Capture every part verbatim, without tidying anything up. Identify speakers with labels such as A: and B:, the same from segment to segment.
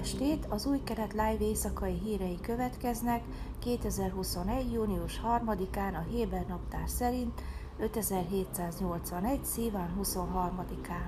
A: estét, az Új Kelet Live éjszakai hírei következnek kétezer-huszonegy. június harmadikán a Héber naptár szerint ötezer-hétszáznyolcvanegy. szívan huszonharmadikán.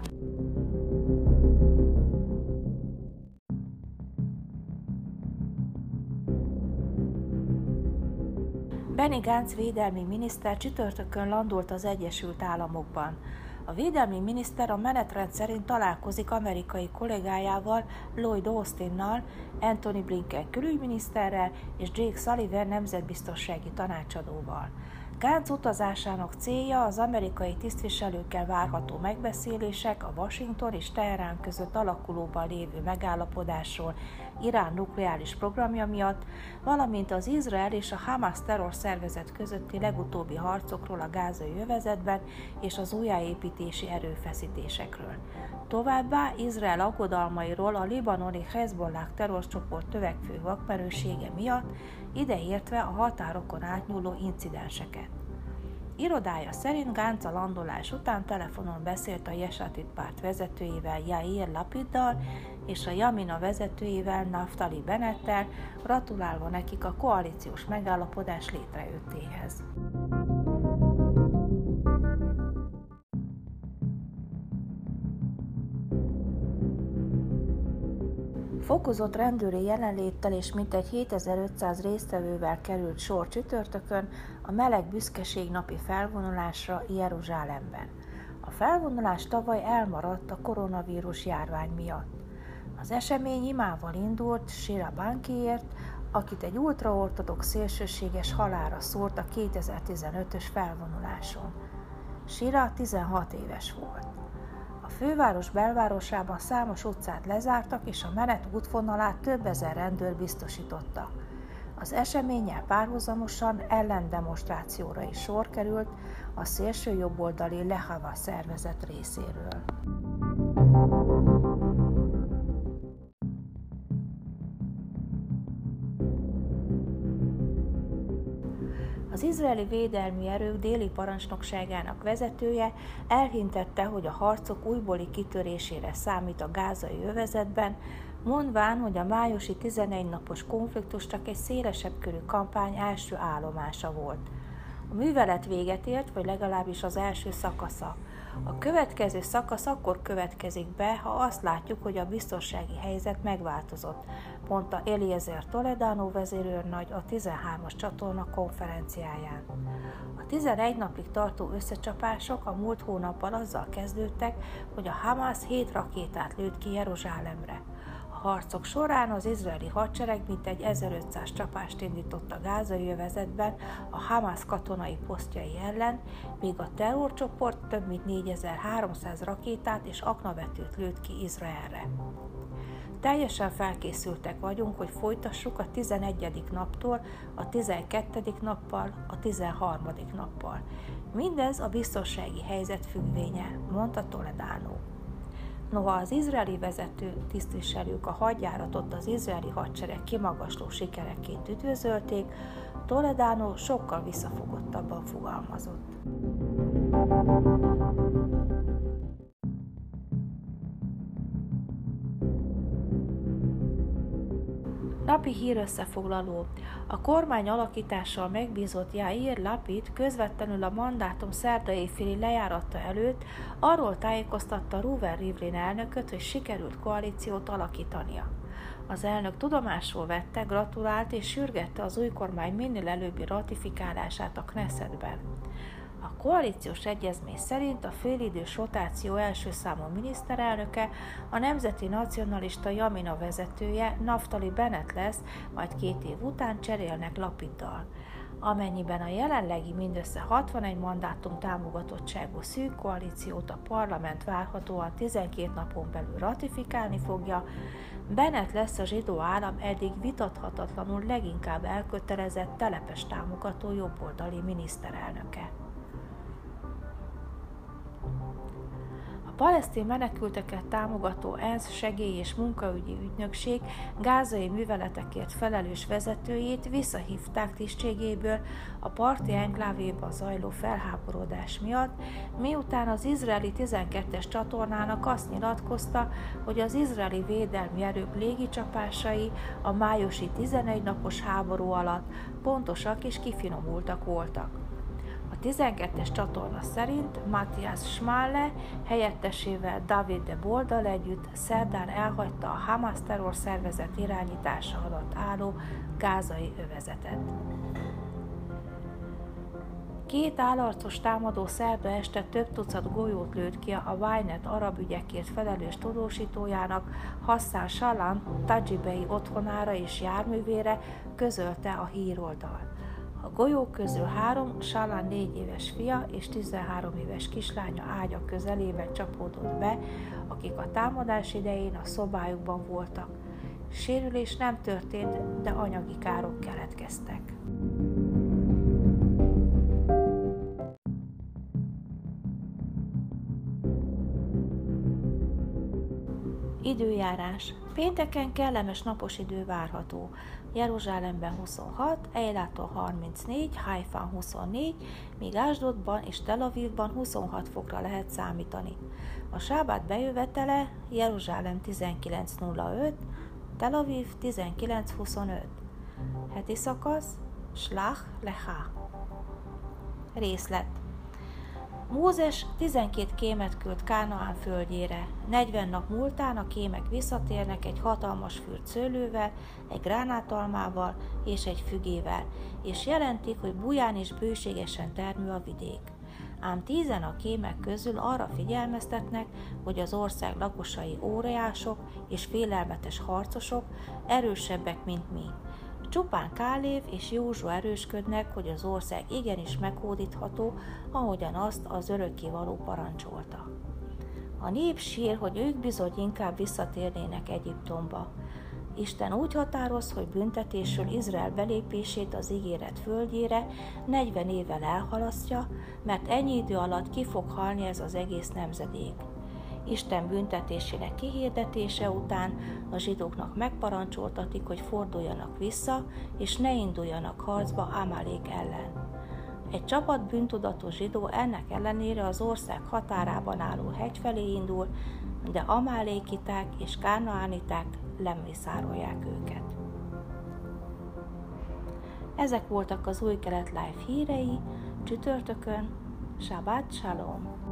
A: Benny Gantz védelmi miniszter csütörtökön landolt az Egyesült Államokban. A védelmi miniszter a menetrend szerint találkozik amerikai kollégájával, Lloyd Austinnal, Antony Blinken külügyminiszterrel és Jake Sullivan nemzetbiztonsági tanácsadóval. Gantz utazásának célja az amerikai tisztviselőkkel várható megbeszélések a Washington és Teherán között alakulóban lévő megállapodásról, Irán nukleáris programja miatt, valamint az Izrael és a Hamas terrorszervezet közötti legutóbbi harcokról a gázai övezetben és az újjáépítési erőfeszítésekről. Továbbá Izrael aggodalmairól a libanoni Hezbollah terrorcsoport törekvő vakmerősége miatt, ideértve a határokon átnyúló incidenseket. Irodája szerint Gantz a landolás után telefonon beszélt a Jesatid párt vezetőjével, Yair Lapiddal és a Jamina vezetőjével, Naftali Bennettel, gratulálva nekik a koalíciós megállapodás létrejöttéhez. Fokozott rendőri jelenléttel és mintegy hétezer-ötszáz résztvevővel került sor csütörtökön a meleg büszkeség napi felvonulásra Jeruzsálemben. A felvonulás tavaly elmaradt a koronavírus járvány miatt. Az esemény imával indult Shira Bankiért, akit egy ultraortodox szélsőséges halálra szórt a kétezer-tizenötös felvonuláson. Shira tizenhat éves volt. A főváros belvárosában számos utcát lezártak, és a menet útvonalát több ezer rendőr biztosította. Az eseménnyel párhuzamosan ellendemonstrációra is sor került a szélső jobboldali Lehava szervezet részéről. Az izraeli védelmi erők déli parancsnokságának vezetője elhintette, hogy a harcok újbóli kitörésére számít a gázai övezetben, mondván, hogy a májusi tizenegy napos konfliktus csak egy szélesebb körű kampány első állomása volt. A művelet véget ért, vagy legalábbis az első szakasza. A következő szakasz akkor következik be, ha azt látjuk, hogy a biztonsági helyzet megváltozott, mondta Eliezer Toledano vezérőrnagy a tizenhármas csatorna konferenciáján. A tizenegy napig tartó összecsapások a múlt hónappal azzal kezdődtek, hogy a Hamas hét rakétát lőtt ki Jeruzsálemre. A harcok során az izraeli hadsereg mintegy ezerötszáz csapást indított a gázai övezetben a Hamas katonai posztjai ellen, míg a terrorcsoport több mint négyezer-háromszáz rakétát és aknavetőt lőtt ki Izraelre. Teljesen felkészültek vagyunk, hogy folytassuk a tizenegyedik naptól a tizenkettedik nappal, a tizenharmadik nappal. Mindez a biztonsági helyzet függvénye, mondta Toledano. Noha az izraeli vezető tisztviselők a hadjáratot az izraeli hadsereg kimagasló sikereként üdvözölték, Toledano sokkal visszafogottabban fogalmazott. Napi hírösszefoglaló. A kormány alakítással megbízott Yair Lapid közvetlenül a mandátum szerda éjféli lejárata előtt arról tájékoztatta Reuven Rivlin elnököt, hogy sikerült koalíciót alakítania. Az elnök tudomásul vette, gratulált és sürgette az új kormány minél előbbi ratifikálását a Knessetben. A koalíciós egyezmény szerint a félidős rotáció első számú miniszterelnöke, a nemzeti nacionalista Jamina vezetője, Naftali Bennett lesz, majd két év után cserélnek Lapiddal. Amennyiben a jelenlegi mindössze hatvanegy mandátum támogatottságú szűk koalíciót a parlament várhatóan tizenkét napon belül ratifikálni fogja, Bennett lesz a zsidó állam eddig vitathatatlanul leginkább elkötelezett telepes támogató jobboldali miniszterelnöke. A palesztin menekülteket támogató ENSZ segély- és munkaügyi ügynökség gázai műveletekért felelős vezetőjét visszahívták tisztségéből a parti enklávéban zajló felháborodás miatt, miután az izraeli tizenkettes csatornának azt nyilatkozta, hogy az izraeli védelmi erők légicsapásai a májusi tizenegy napos háború alatt pontosak és kifinomultak voltak. A tizenkettes csatorna szerint Matthias Schmalle helyettesével David de Boldal együtt szerdán elhagyta a Hamas terrorszervezet irányítása alatt álló gázai övezetet. Két állarcos támadó szerda este több tucat golyót lőtt ki a Ynet arab ügyekért felelős tudósítójának, Hassan Shalan Tajibei otthonára és járművére, közölte a híroldal. A golyók közül három Shalan négy éves fia és tizenhárom éves kislánya ágya közelében csapódott be, akik a támadás idején a szobájukban voltak. Sérülés nem történt, de anyagi károk keletkeztek. Időjárás. Pénteken kellemes napos idő várható. Jeruzsálemben huszonhat, Eiláton harmincnégy, Haifán huszonnégy, míg Ásdodban és Tel Avivban huszonhat fokra lehet számítani. A sábát bejövetele Jeruzsálem tizenkilenc nulla öt, Tel Aviv tizenkilenc huszonöt. Heti szakasz Slach Lecha. Részlet. Mózes tizenkét kémet küld Kánaán földjére. negyven nap múltán a kémek visszatérnek egy hatalmas fürt szőlővel, egy gránátalmával és egy fügével, és jelentik, hogy buján és bőségesen termő a vidék. Ám tízen a kémek közül arra figyelmeztetnek, hogy az ország lakosai óriások és félelmetes harcosok, erősebbek, mint mi. Csupán Kálév és Józsua erősködnek, hogy az ország igenis meghódítható, ahogyan azt az örökkévaló parancsolta. A nép sír, hogy ők bizony inkább visszatérnének Egyiptomba. Isten úgy határoz, hogy büntetésül Izrael belépését az ígéret földjére negyven évvel elhalasztja, mert ennyi idő alatt ki fog halni ez az egész nemzedék. Isten büntetésének kihirdetése után a zsidóknak megparancsoltatik, hogy forduljanak vissza, és ne induljanak harcba Amálék ellen. Egy csapat bűntudatos zsidó ennek ellenére az ország határában álló hegy felé indul, de amálékiták és kánaániták lemészárolják őket. Ezek voltak az Új Kelet Live hírei csütörtökön. Shabbat Shalom!